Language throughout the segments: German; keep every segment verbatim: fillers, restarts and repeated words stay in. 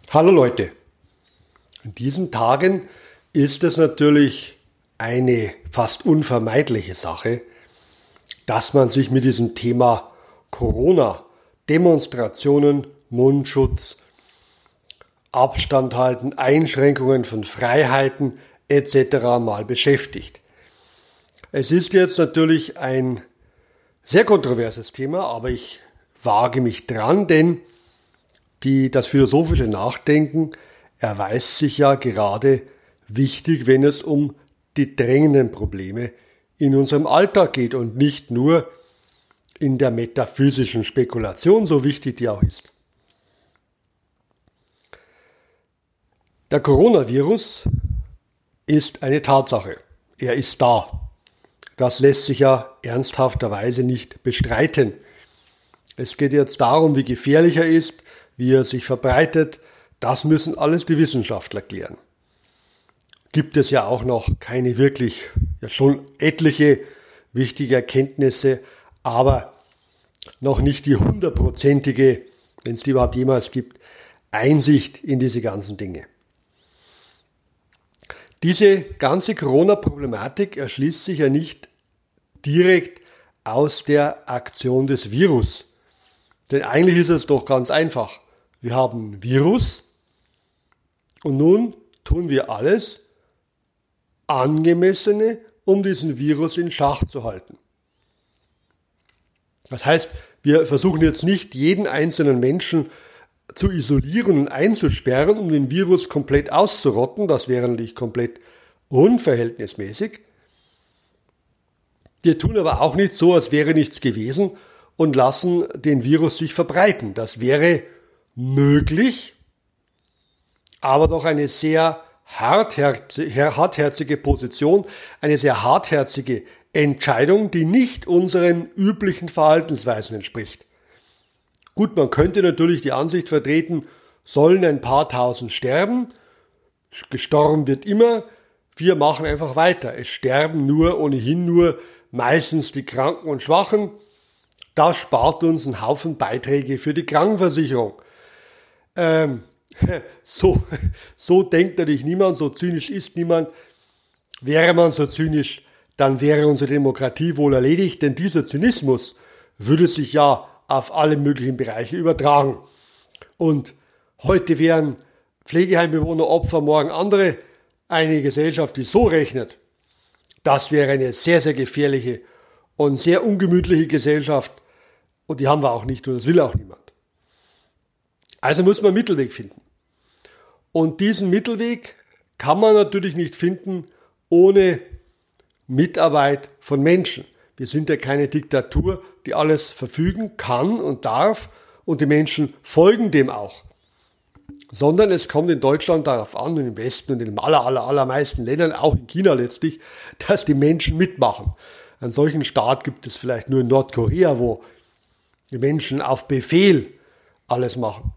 Hallo Leute, in diesen Tagen ist es natürlich eine fast unvermeidliche Sache, dass man sich mit diesem Thema Corona, Demonstrationen, Mundschutz, Abstand halten, Einschränkungen von Freiheiten et cetera mal beschäftigt. Es ist jetzt natürlich ein sehr kontroverses Thema, aber ich wage mich dran, denn die, das philosophische Nachdenken erweist sich ja gerade wichtig, wenn es um die drängenden Probleme in unserem Alltag geht und nicht nur in der metaphysischen Spekulation, so wichtig die auch ist. Der Coronavirus ist eine Tatsache. Er ist da. Das lässt sich ja ernsthafterweise nicht bestreiten. Es geht jetzt darum, wie gefährlich er ist, wie er sich verbreitet. Das müssen alles die Wissenschaftler klären. Gibt es ja auch noch keine wirklich, ja schon etliche wichtige Erkenntnisse, aber noch nicht die hundertprozentige, wenn es die überhaupt jemals gibt, Einsicht in diese ganzen Dinge. Diese ganze Corona-Problematik erschließt sich ja nicht direkt aus der Aktion des Virus. Denn eigentlich ist es doch ganz einfach. Wir haben ein Virus und nun tun wir alles Angemessene, um diesen Virus in Schach zu halten. Das heißt, wir versuchen jetzt nicht jeden einzelnen Menschen zu isolieren und einzusperren, um den Virus komplett auszurotten. Das wäre natürlich komplett unverhältnismäßig. Wir tun aber auch nicht so, als wäre nichts gewesen und lassen den Virus sich verbreiten. Das wäre möglich, aber doch eine sehr hartherzige Position, eine sehr hartherzige Entscheidung, die nicht unseren üblichen Verhaltensweisen entspricht. Gut, man könnte natürlich die Ansicht vertreten, sollen ein paar tausend sterben, gestorben wird immer, wir machen einfach weiter. Es sterben nur, ohnehin nur, meistens die Kranken und Schwachen. Das spart uns einen Haufen Beiträge für die Krankenversicherung. Ähm, so, so denkt natürlich niemand, so zynisch ist niemand. Wäre man so zynisch, dann wäre unsere Demokratie wohl erledigt, denn dieser Zynismus würde sich ja auf alle möglichen Bereiche übertragen. Und heute wären Pflegeheimbewohner Opfer, morgen andere. Eine Gesellschaft, die so rechnet, das wäre eine sehr, sehr gefährliche und sehr ungemütliche Gesellschaft. Und die haben wir auch nicht und das will auch niemand. Also muss man einen Mittelweg finden. Und diesen Mittelweg kann man natürlich nicht finden ohne Mitarbeit von Menschen. Wir sind ja keine Diktatur, die alles verfügen kann und darf und die Menschen folgen dem auch. Sondern es kommt in Deutschland darauf an und im Westen und in den aller, aller, allermeisten Ländern, auch in China letztlich, dass die Menschen mitmachen. Einen solchen Staat gibt es vielleicht nur in Nordkorea, wo die Menschen auf Befehl alles machen.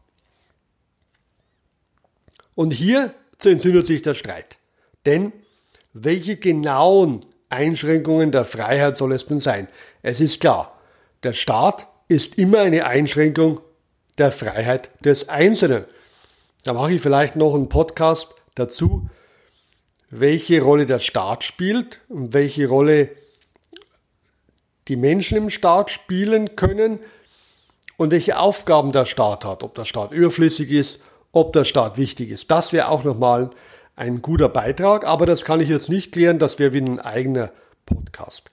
Und hier entzündet sich der Streit. Denn welche genauen Einschränkungen der Freiheit soll es denn sein? Es ist klar, der Staat ist immer eine Einschränkung der Freiheit des Einzelnen. Da mache ich vielleicht noch einen Podcast dazu, welche Rolle der Staat spielt und welche Rolle die Menschen im Staat spielen können und welche Aufgaben der Staat hat, ob der Staat überflüssig ist, ob der Staat wichtig ist. Das wäre auch nochmal ein guter Beitrag, aber das kann ich jetzt nicht klären, das wäre wie ein eigener Podcast.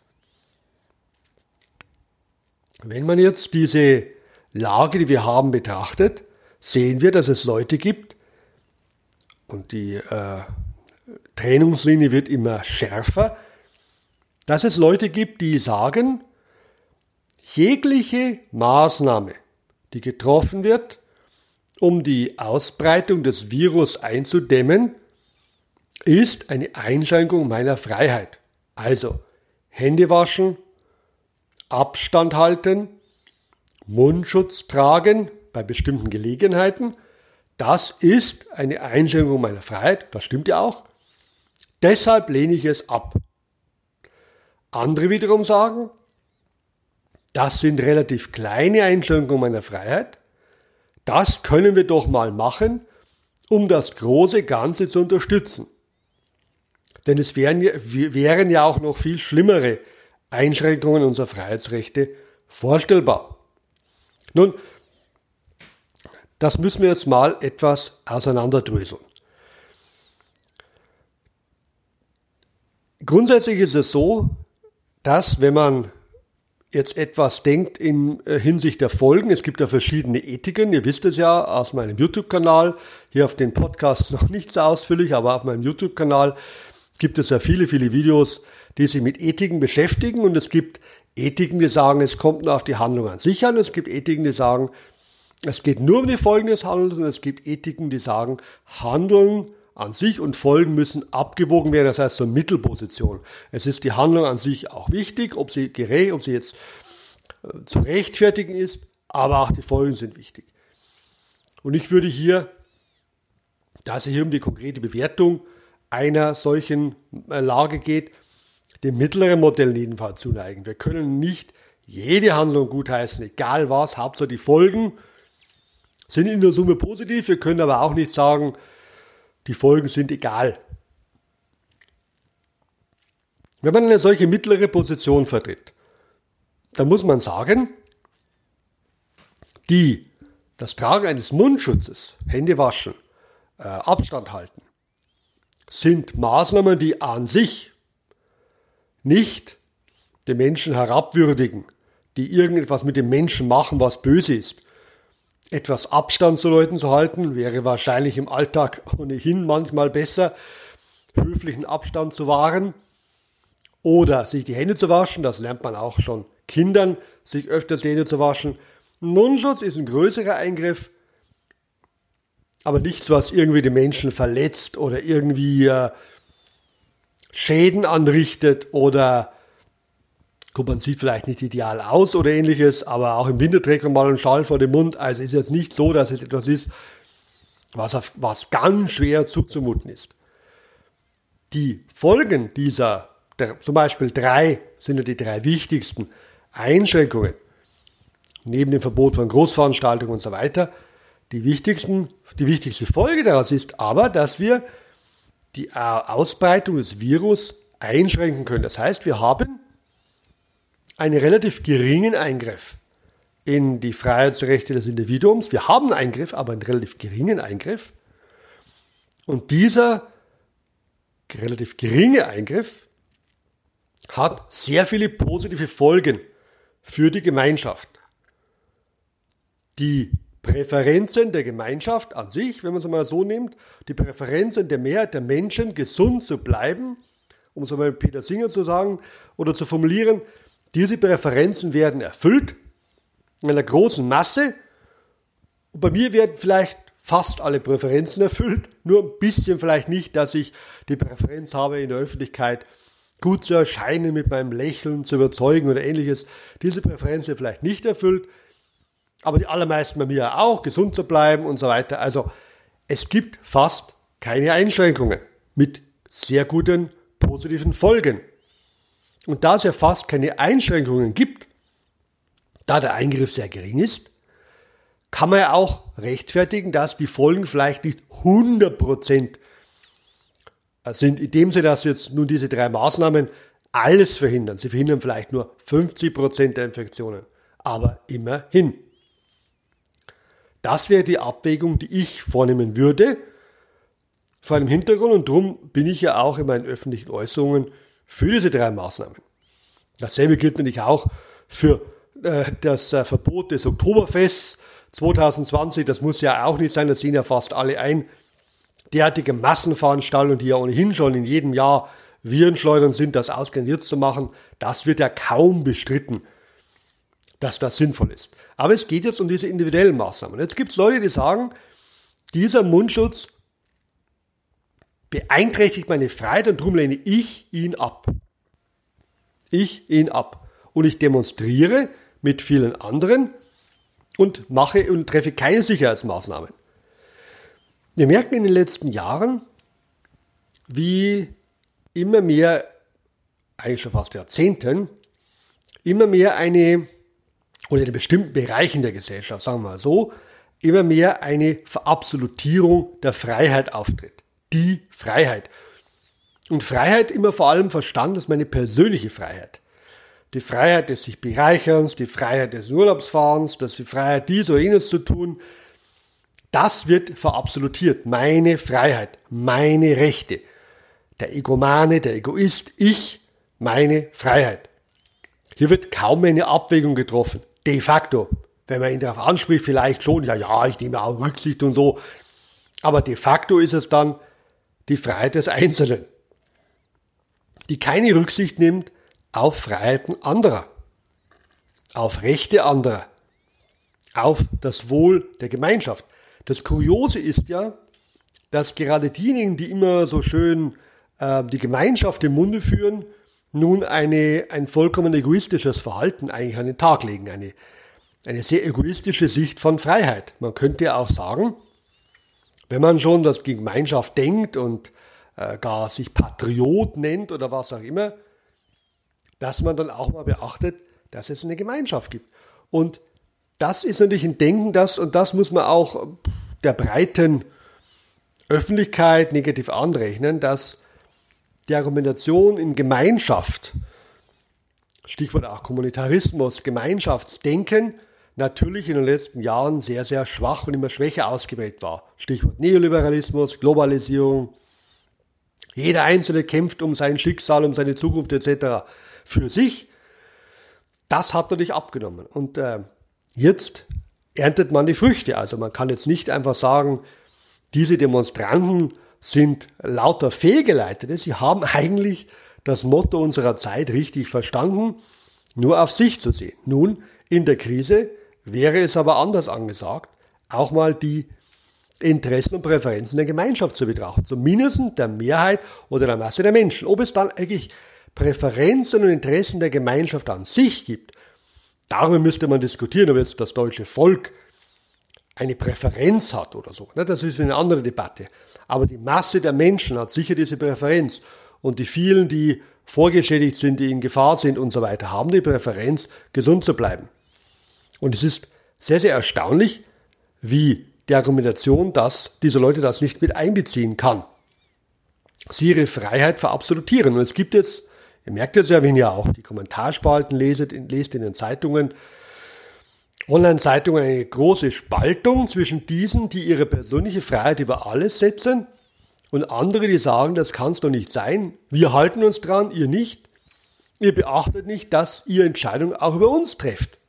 Wenn man jetzt diese Lage, die wir haben, betrachtet, sehen wir, dass es Leute gibt, und die äh, Trennungslinie wird immer schärfer, dass es Leute gibt, die sagen, jegliche Maßnahme, die getroffen wird, um die Ausbreitung des Virus einzudämmen, ist eine Einschränkung meiner Freiheit. Also Hände waschen, Abstand halten, Mundschutz tragen bei bestimmten Gelegenheiten, das ist eine Einschränkung meiner Freiheit, das stimmt ja auch. Deshalb lehne ich es ab. Andere wiederum sagen, das sind relativ kleine Einschränkungen meiner Freiheit, das können wir doch mal machen, um das große Ganze zu unterstützen. Denn es wären ja, wären ja auch noch viel schlimmere Einschränkungen unserer Freiheitsrechte vorstellbar. Nun, das müssen wir jetzt mal etwas auseinanderdröseln. Grundsätzlich ist es so, dass wenn man jetzt etwas denkt in Hinsicht der Folgen, es gibt ja verschiedene Ethiken, ihr wisst es ja aus meinem YouTube-Kanal, hier auf den Podcasts noch nicht so ausführlich, aber auf meinem YouTube-Kanal gibt es ja viele, viele Videos, die sich mit Ethiken beschäftigen, und es gibt Ethiken, die sagen, es kommt nur auf die Handlung an sich an, es gibt Ethiken, die sagen, es geht nur um die Folgen des Handelns, und es gibt Ethiken, die sagen, Handeln an sich und Folgen müssen abgewogen werden, das heißt so eine Mittelposition. Es ist die Handlung an sich auch wichtig, ob sie gerecht, ob sie jetzt äh, zu rechtfertigen ist, aber auch die Folgen sind wichtig. Und ich würde hier, da es hier um die konkrete Bewertung einer solchen äh, Lage geht, dem mittleren Modell in jedem Fall zuneigen. Wir können nicht jede Handlung gutheißen, egal was, Hauptsache die Folgen sind in der Summe positiv. Wir können aber auch nicht sagen, die Folgen sind egal. Wenn man eine solche mittlere Position vertritt, dann muss man sagen, die, das Tragen eines Mundschutzes, Hände waschen, äh, Abstand halten, sind Maßnahmen, die an sich nicht den Menschen herabwürdigen, die irgendetwas mit dem Menschen machen, was böse ist. Etwas Abstand zu Leuten zu halten, wäre wahrscheinlich im Alltag ohnehin manchmal besser, höflichen Abstand zu wahren oder sich die Hände zu waschen, das lernt man auch schon Kindern, sich öfters die Hände zu waschen. Ein Mundschutz ist ein größerer Eingriff, aber nichts, was irgendwie den Menschen verletzt oder irgendwie äh, Schäden anrichtet oder gut, man sieht vielleicht nicht ideal aus oder ähnliches, aber auch im Winter trägt man mal einen Schal vor dem Mund. Also ist jetzt nicht so, dass es etwas ist, was, auf, was ganz schwer zuzumuten ist. Die Folgen dieser, der, zum Beispiel drei, sind ja die drei wichtigsten Einschränkungen, neben dem Verbot von Großveranstaltungen und so weiter. Die wichtigsten, die wichtigste Folge daraus ist aber, dass wir die Ausbreitung des Virus einschränken können. Das heißt, wir haben einen relativ geringen Eingriff in die Freiheitsrechte des Individuums. Wir haben einen Eingriff, aber einen relativ geringen Eingriff. Und dieser relativ geringe Eingriff hat sehr viele positive Folgen für die Gemeinschaft. Die Präferenzen der Gemeinschaft an sich, wenn man es mal so nimmt, die Präferenzen der Mehrheit der Menschen, gesund zu bleiben, um es mal mit Peter Singer zu sagen oder zu formulieren, diese Präferenzen werden erfüllt in einer großen Masse. Und bei mir werden vielleicht fast alle Präferenzen erfüllt, nur ein bisschen vielleicht nicht, dass ich die Präferenz habe, in der Öffentlichkeit gut zu erscheinen, mit meinem Lächeln zu überzeugen oder ähnliches. Diese Präferenz wird vielleicht nicht erfüllt, aber die allermeisten bei mir auch, gesund zu bleiben und so weiter. Also es gibt fast keine Einschränkungen mit sehr guten positiven Folgen. Und da es ja fast keine Einschränkungen gibt, da der Eingriff sehr gering ist, kann man ja auch rechtfertigen, dass die Folgen vielleicht nicht hundert Prozent sind, in dem Sinne, dass jetzt nun diese drei Maßnahmen alles verhindern. Sie verhindern vielleicht nur fünfzig Prozent der Infektionen, aber immerhin. Das wäre die Abwägung, die ich vornehmen würde, vor einem Hintergrund, und darum bin ich ja auch in meinen öffentlichen Äußerungen für diese drei Maßnahmen. Dasselbe gilt natürlich auch für äh, das äh, Verbot des Oktoberfests zwanzig zwanzig. Das muss ja auch nicht sein, das sehen ja fast alle ein. Derartige Massenveranstaltungen, die ja ohnehin schon in jedem Jahr Virenschleudern sind, das ausgerechnet jetzt zu machen, das wird ja kaum bestritten, dass das sinnvoll ist. Aber es geht jetzt um diese individuellen Maßnahmen. Jetzt gibt es Leute, die sagen, dieser Mundschutz beeinträchtigt meine Freiheit und darum lehne ich ihn ab. Ich ihn ab. Und ich demonstriere mit vielen anderen und mache und treffe keine Sicherheitsmaßnahmen. Wir merken in den letzten Jahren, wie immer mehr, eigentlich schon fast Jahrzehnten, immer mehr eine, oder in bestimmten Bereichen der Gesellschaft, sagen wir mal so, immer mehr eine Verabsolutierung der Freiheit auftritt. Die Freiheit. Und Freiheit immer vor allem verstanden als meine persönliche Freiheit. Die Freiheit des sich Bereicherns, die Freiheit des Urlaubsfahrens, das die Freiheit, dies oder jenes zu tun. Das wird verabsolutiert. Meine Freiheit, meine Rechte. Der Egomane, der Egoist, ich, meine Freiheit. Hier wird kaum mehr eine Abwägung getroffen. De facto. Wenn man ihn darauf anspricht, vielleicht schon, ja, ja, ich nehme auch Rücksicht und so. Aber de facto ist es dann die Freiheit des Einzelnen, die keine Rücksicht nimmt auf Freiheiten anderer, auf Rechte anderer, auf das Wohl der Gemeinschaft. Das Kuriose ist ja, dass gerade diejenigen, die immer so schön äh, die Gemeinschaft im Munde führen, nun eine, ein vollkommen egoistisches Verhalten eigentlich an den Tag legen, eine, eine sehr egoistische Sicht von Freiheit. Man könnte ja auch sagen, wenn man schon das Gemeinschaft denkt und äh, gar sich Patriot nennt oder was auch immer, dass man dann auch mal beachtet, dass es eine Gemeinschaft gibt. Und das ist natürlich ein Denken, das, und das muss man auch der breiten Öffentlichkeit negativ anrechnen, dass die Argumentation in Gemeinschaft, Stichwort auch Kommunitarismus, Gemeinschaftsdenken, natürlich in den letzten Jahren sehr, sehr schwach und immer schwächer ausgeprägt war. Stichwort Neoliberalismus, Globalisierung. Jeder Einzelne kämpft um sein Schicksal, um seine Zukunft et cetera für sich. Das hat natürlich abgenommen. Und äh, jetzt erntet man die Früchte. Also man kann jetzt nicht einfach sagen, diese Demonstranten sind lauter Fehlgeleitete. Sie haben eigentlich das Motto unserer Zeit richtig verstanden, nur auf sich zu sehen. Nun, in der Krise wäre es aber anders angesagt, auch mal die Interessen und Präferenzen der Gemeinschaft zu betrachten. Zumindest der Mehrheit oder der Masse der Menschen. Ob es dann eigentlich Präferenzen und Interessen der Gemeinschaft an sich gibt, darüber müsste man diskutieren, ob jetzt das deutsche Volk eine Präferenz hat oder so. Das ist eine andere Debatte. Aber die Masse der Menschen hat sicher diese Präferenz. Und die vielen, die vorgeschädigt sind, die in Gefahr sind und so weiter, haben die Präferenz, gesund zu bleiben. Und es ist sehr, sehr erstaunlich, wie die Argumentation, dass diese Leute das nicht mit einbeziehen kann. Sie ihre Freiheit verabsolutieren. Und es gibt jetzt, ihr merkt jetzt ja, wenn ihr auch die Kommentarspalten leset, lest in den Zeitungen, Online-Zeitungen, eine große Spaltung zwischen diesen, die ihre persönliche Freiheit über alles setzen, und andere, die sagen, das kann es doch nicht sein. Wir halten uns dran, ihr nicht. Ihr beachtet nicht, dass ihr Entscheidungen auch über uns trefft.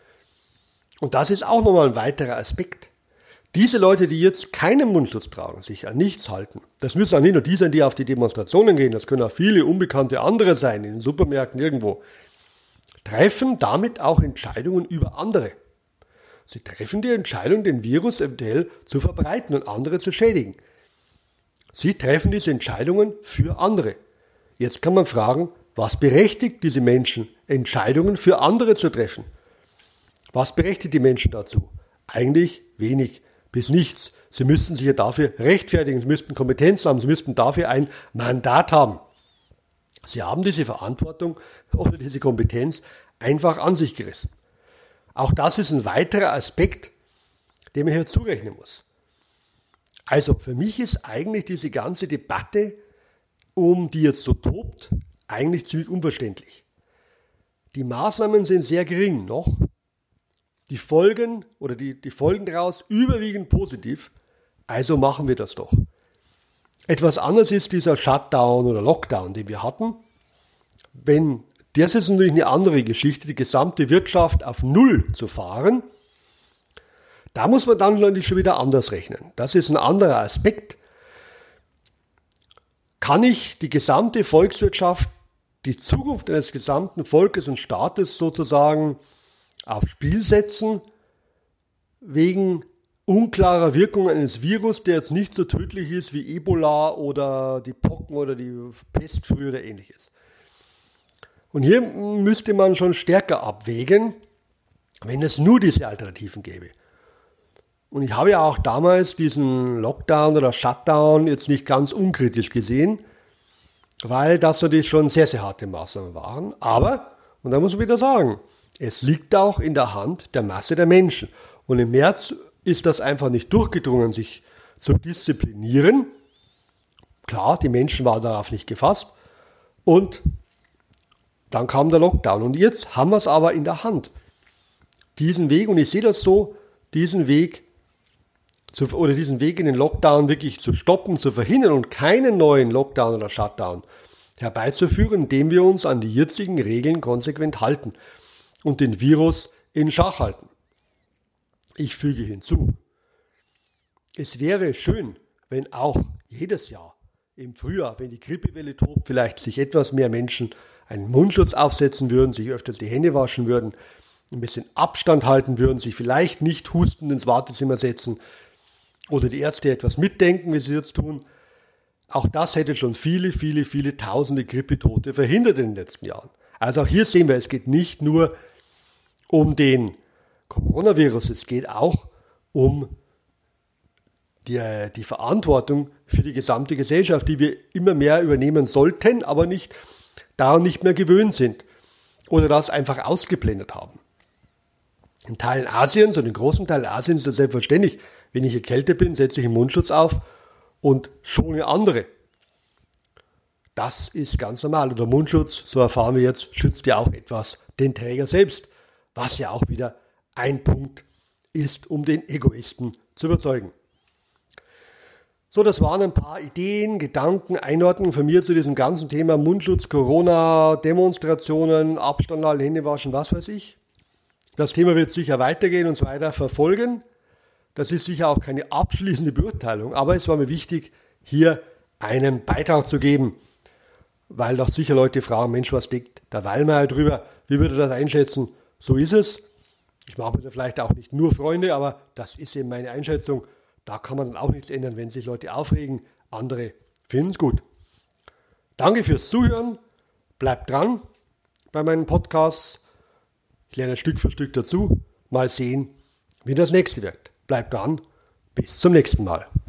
Und das ist auch nochmal ein weiterer Aspekt. Diese Leute, die jetzt keinen Mundschutz tragen, sich an nichts halten, das müssen auch nicht nur die sein, die auf die Demonstrationen gehen, das können auch viele unbekannte andere sein, in den Supermärkten irgendwo, treffen damit auch Entscheidungen über andere. Sie treffen die Entscheidung, den Virus eventuell zu verbreiten und andere zu schädigen. Sie treffen diese Entscheidungen für andere. Jetzt kann man fragen, was berechtigt diese Menschen, Entscheidungen für andere zu treffen? Was berechtigt die Menschen dazu? Eigentlich wenig bis nichts. Sie müssten sich ja dafür rechtfertigen, sie müssten Kompetenz haben, sie müssten dafür ein Mandat haben. Sie haben diese Verantwortung oder diese Kompetenz einfach an sich gerissen. Auch das ist ein weiterer Aspekt, den man hier zurechnen muss. Also für mich ist eigentlich diese ganze Debatte, um die jetzt so tobt, eigentlich ziemlich unverständlich. Die Maßnahmen sind sehr gering noch. Die Folgen oder die, die Folgen daraus überwiegend positiv. Also machen wir das doch. Etwas anderes ist dieser Shutdown oder Lockdown, den wir hatten. Wenn Das ist natürlich eine andere Geschichte, die gesamte Wirtschaft auf Null zu fahren. Da muss man dann natürlich schon wieder anders rechnen. Das ist ein anderer Aspekt. Kann ich die gesamte Volkswirtschaft, die Zukunft eines gesamten Volkes und Staates sozusagen aufs Spiel setzen, wegen unklarer Wirkung eines Virus, der jetzt nicht so tödlich ist wie Ebola oder die Pocken oder die Pest früher oder ähnliches? Und hier müsste man schon stärker abwägen, wenn es nur diese Alternativen gäbe. Und ich habe ja auch damals diesen Lockdown oder Shutdown jetzt nicht ganz unkritisch gesehen, weil das natürlich schon sehr, sehr harte Maßnahmen waren. Aber, und da muss man wieder sagen, es liegt auch in der Hand der Masse der Menschen. Und im März ist das einfach nicht durchgedrungen, sich zu disziplinieren. Klar, die Menschen waren darauf nicht gefasst. Und dann kam der Lockdown. Und jetzt haben wir es aber in der Hand. Diesen Weg, und ich sehe das so, diesen Weg zu, oder diesen Weg in den Lockdown wirklich zu stoppen, zu verhindern und keinen neuen Lockdown oder Shutdown herbeizuführen, indem wir uns an die jetzigen Regeln konsequent halten und den Virus in Schach halten. Ich füge hinzu, es wäre schön, wenn auch jedes Jahr im Frühjahr, wenn die Grippewelle tobt, vielleicht sich etwas mehr Menschen einen Mundschutz aufsetzen würden, sich öfters die Hände waschen würden, ein bisschen Abstand halten würden, sich vielleicht nicht hustend ins Wartezimmer setzen oder die Ärzte etwas mitdenken, wie sie jetzt tun. Auch das hätte schon viele, viele, viele tausende Grippetote verhindert in den letzten Jahren. Also auch hier sehen wir, es geht nicht nur um den Coronavirus, es geht auch um die, die Verantwortung für die gesamte Gesellschaft, die wir immer mehr übernehmen sollten, aber nicht daran nicht mehr gewöhnt sind oder das einfach ausgeblendet haben. In Teilen Asiens und in großen Teilen Asiens ist das selbstverständlich. Wenn ich erkältet bin, setze ich einen Mundschutz auf und schone andere. Das ist ganz normal. Und der Mundschutz, so erfahren wir jetzt, schützt ja auch etwas den Träger selbst, was ja auch wieder ein Punkt ist, um den Egoisten zu überzeugen. So, das waren ein paar Ideen, Gedanken, Einordnungen von mir zu diesem ganzen Thema Mundschutz, Corona, Demonstrationen, Abstand halten, Hände waschen, was weiß ich. Das Thema wird sicher weitergehen und so weiter verfolgen. Das ist sicher auch keine abschließende Beurteilung, aber es war mir wichtig, hier einen Beitrag zu geben, weil doch sicher Leute fragen, Mensch, was denkt der Wallmeier drüber? Wie würde er das einschätzen? So ist es. Ich mache mir da vielleicht auch nicht nur Freunde, aber das ist eben meine Einschätzung. Da kann man dann auch nichts ändern, wenn sich Leute aufregen. Andere finden es gut. Danke fürs Zuhören. Bleibt dran bei meinen Podcasts. Ich lerne Stück für Stück dazu. Mal sehen, wie das nächste wird. Bleibt dran. Bis zum nächsten Mal.